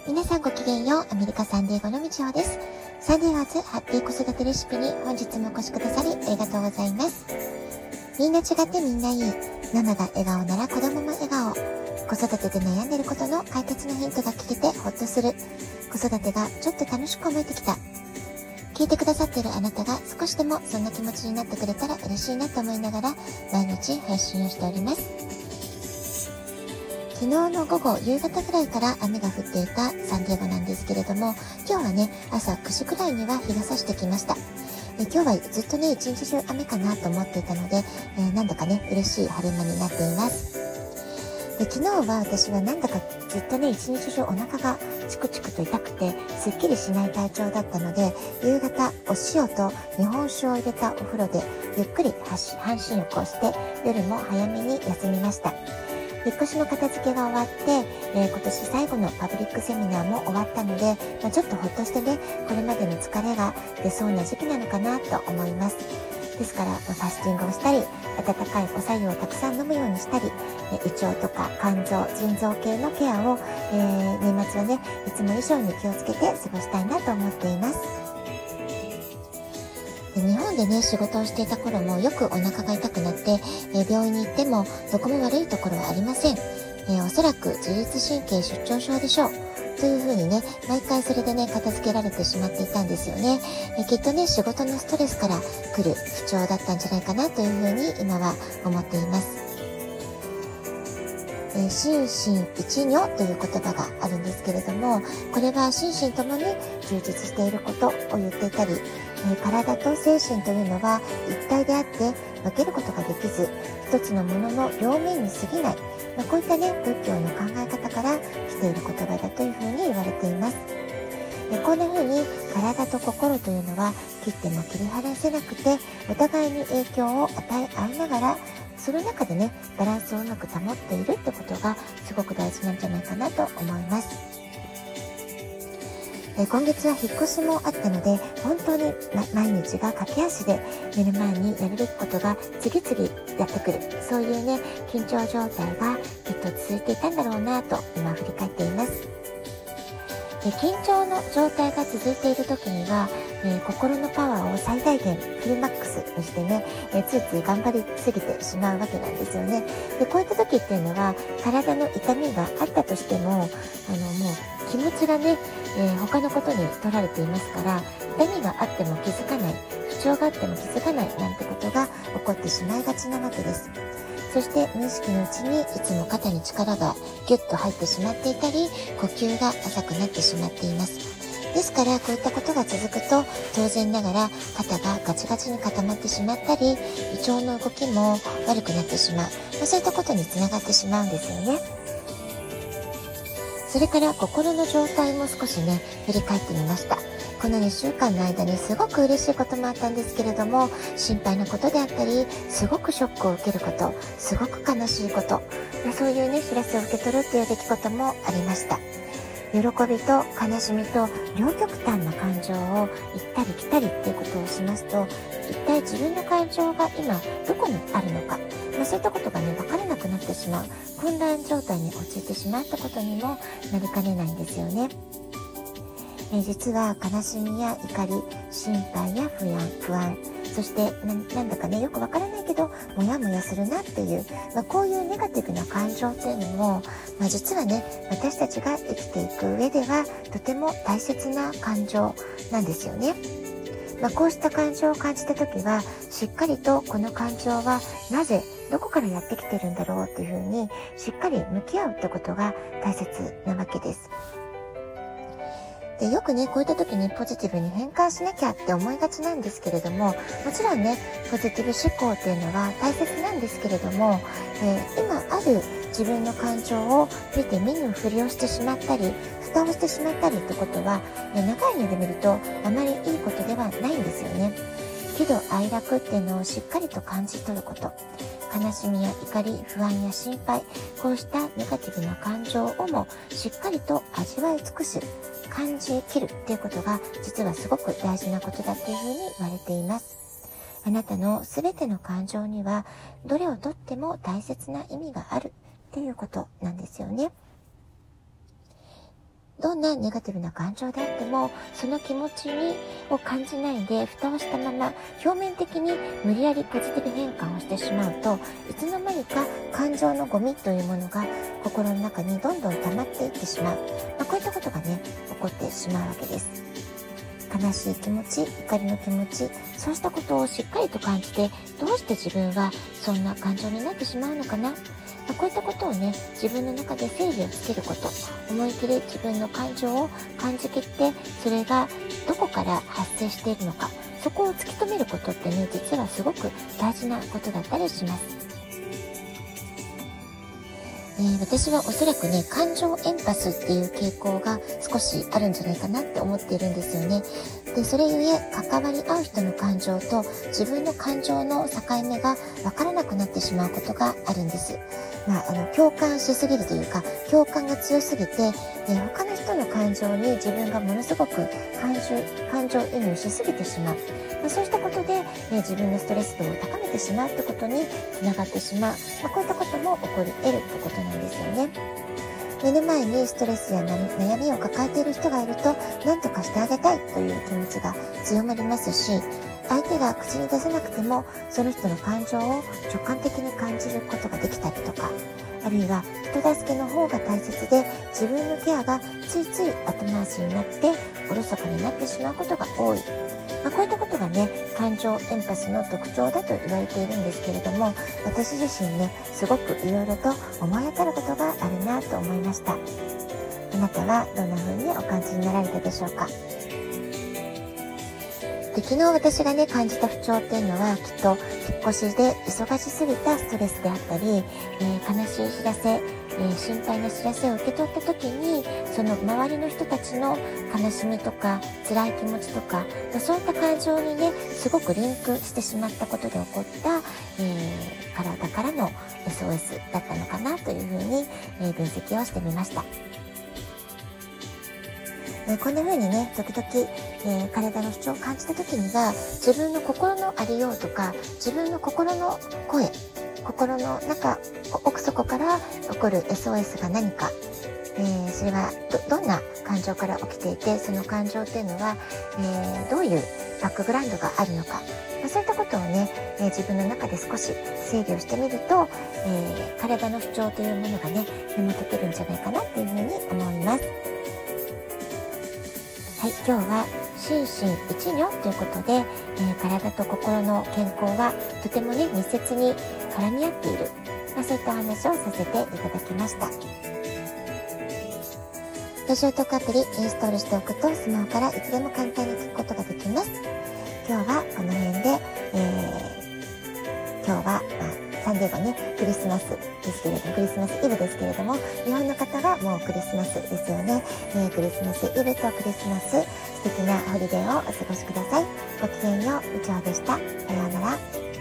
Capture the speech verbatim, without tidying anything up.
皆さんごきげんよう。アメリカサンディエゴのみちほです。サンディエガーズハッピー子育てレシピに本日もお越しくださりありがとうございます。みんな違ってみんないい。ママが笑顔なら子供も笑顔。子育てで悩んでることの解決のヒントが聞けてほっとする。子育てがちょっと楽しく思えてきた。聞いてくださっているあなたが少しでもそんな気持ちになってくれたら嬉しいなと思いながら毎日配信をしております。昨日の午後夕方ぐらいから雨が降っていたサンディエゴなんですけれども、今日はね朝くじくらいには日が差してきました。え今日はずっとね一日中雨かなと思っていたので、えー、なんだかね嬉しい晴れ間になっています。で昨日は私はなんだかずっとね一日中お腹がチクチクと痛くてすっきりしない体調だったので、夕方お塩と日本酒を入れたお風呂でゆっくり半身浴をして夜も早めに休みました。引っ越しの片付けが終わって、えー、今年最後のパブリックセミナーも終わったので、まあ、ちょっとほっとしてねこれまでの疲れが出そうな時期なのかなと思います。ですから、まあ、ファスティングをしたり温かいお白湯をたくさん飲むようにしたり、えー、胃腸とか肝臓腎臓系のケアを、えー、年末はねいつも以上に気をつけて過ごしたいなと思っています。で日本でね仕事をしていた頃もよくお腹が痛くなって、えー、病院に行ってもどこも悪いところはありません。えー、おそらく自律神経失調症でしょうというふうにね毎回それでね片付けられてしまっていたんですよね。えー、きっとね仕事のストレスから来る不調だったんじゃないかなというふうに今は思っています。えー、心身一如という言葉があるんですけれども、これは心身ともに充実していることを言っていたり、えー、体と精神というのは一体であって分けることができず一つのものの両面に過ぎない、まあ、こういったね仏教の考え方から来ている言葉だというふうに言われています。えー、こんなふうに体と心というのは切っても切り離せなくてお互いに影響を与え合いながらその中でねバランスをうまく保っているってことがすごく大事なんじゃないかなと思います。え今月は引っ越しもあったので本当に、ま、毎日が駆け足で目の前にやるべきことが次々やってくる、そういうね緊張状態がきっと続いていたんだろうなと今振り返っています。で緊張の状態が続いている時には、えー、心のパワーを最大限フルマックスにしてね、えー、ついつい頑張りすぎてしまうわけなんですよね。でこういった時っていうのは体の痛みがあったとしてもあのもう気持ちがね、えー、他のことに取られていますから痛みがあっても気づかない、不調があっても気づかないなんてことが起こってしまいがちなわけです。そして無意識のうちにいつも肩に力がギュッと入ってしまっていたり呼吸が浅くなってしまっています。ですからこういったことが続くと当然ながら肩がガチガチに固まってしまったり胃腸の動きも悪くなってしまう、まあ、そういったことにつながってしまうんですよね。それから心の状態も少しね振り返ってみました。このにしゅうかんの間にすごく嬉しいこともあったんですけれども心配なことであったりすごくショックを受けること、すごく悲しいこと、そういうね知らせを受け取るっていう出来事もありました。喜びと悲しみと両極端な感情を行ったり来たりっていうことをしますと一体自分の感情が今どこにあるのか、まあ、そういったことがね分からなくなってしまう混乱状態に陥ってしまったことにもなりかねないんですよね。えー、実は悲しみや怒り、心配や不安、不安そして な, なんだかねよくわからないけどモヤモヤするなっていう、まあ、こういうネガティブな感情っていうのも、まあ、実はね私たちが生きていく上ではとても大切な感情なんですよね。まあ、こうした感情を感じた時はしっかりとこの感情はなぜどこからやってきてるんだろうというふうにしっかり向き合うってことが大切なわけです。でよくねこういった時にポジティブに変換しなきゃって思いがちなんですけれども、もちろんねポジティブ思考っていうのは大切なんですけれども、えー、今ある自分の感情を見て見ぬふりをしてしまったり蓋をしてしまったりってことは、えー、長い目で見るとあまりいいことではないんですよね。喜怒哀楽っていうのをしっかりと感じ取ること、悲しみや怒り、不安や心配、こうしたネガティブな感情をもしっかりと味わい尽くす、感じきるっていうことが実はすごく大事なことだっていうふうに言われています。あなたのすべての感情にはどれをとっても大切な意味があるっていうことなんですよね。 どんなネガティブな感情であっても、その気持ちにを感じないで蓋をしたまま表面的に無理やりポジティブ変換をしてしまうと、いつの間にか感情のゴミというものが心の中にどんどん溜まっていってしまう、まあ、こういったことがね起こってしまうわけです。悲しい気持ち、怒りの気持ち、そうしたことをしっかりと感じて、どうして自分はそんな感情になってしまうのかな、まあ、こういったことをね、自分の中で整理をつけること、思い切り自分の感情を感じきって、それがどこから発生しているのか、そこを突き止めることってね、実はすごく大事なことだったりします。えー、私はおそらくね、感情エンパスっていう傾向が少しあるんじゃないかなって思っているんですよね。で、それゆえ関わり合う人の感情と自分の感情の境目がわからなくなってしまうことがあるんです。まあ、あの共感しすぎるというか、共感が強すぎて、えー、他の人の感情に自分がものすごく感情感情移入しすぎてしまう、まあ、そうしたことで、えー、自分のストレス度を高めてしまうってことにつながってしまう、まあ、こういったことも起こり得るってことなんですよね。目の前にストレスや悩みを抱えている人がいると、何とかしてあげたいという気持ちが強まりますし、相手が口に出せなくてもその人の感情を直感的に感じることができたりとか、あるいは人助けの方が大切で自分のケアがついつい後回しになっておろそかになってしまうことが多い、まあ、こういったことがね、感情エンパスの特徴だと言われているんですけれども、私自身ね、すごくいろいろと思い当たることがあるなと思いました。あなたはどんな風にお感じになられたでしょうか。で、昨日私がね感じた不調っていうのは、きっと引っ越しで忙しすぎたストレスであったり、えー、悲しい知らせ、えー、心配な知らせを受け取った時に、その周りの人たちの悲しみとか辛い気持ちとか、そういった感情にねすごくリンクしてしまったことで起こった、えー、体からの エスオーエス だったのかなというふうに、えー、分析をしてみました。えー、こんな風にね、時々、えー、体の不調を感じた時には、自分の心のありようとか、自分の心の声、心の中、奥底から起こる エスオーエス が何か、えー、それは ど, どんな感情から起きていて、その感情っていうのは、えー、どういうバックグラウンドがあるのか、まあ、そういったことをね、えー、自分の中で少し整理をしてみると、えー、体の不調というものがね、紐解けるんじゃないかなっていうふうに思います。はい、今日は心身一如ということで、えー、体と心の健康はとてもね密接に絡み合っている、まあ、そういったお話をさせていただきました。ラジオトークアプリインストールしておくと、スマホからいつでも簡単に聞くことができます。今日はこの辺で、えー、今日は、まあサンデーがね、クリスマスですけれども、クリスマスイブですけれども、日本の方はもうクリスマスですよね。えー、クリスマスイブとクリスマス、素敵なホリデーをお過ごしください。ごきげんよう、以上でした。さようなら。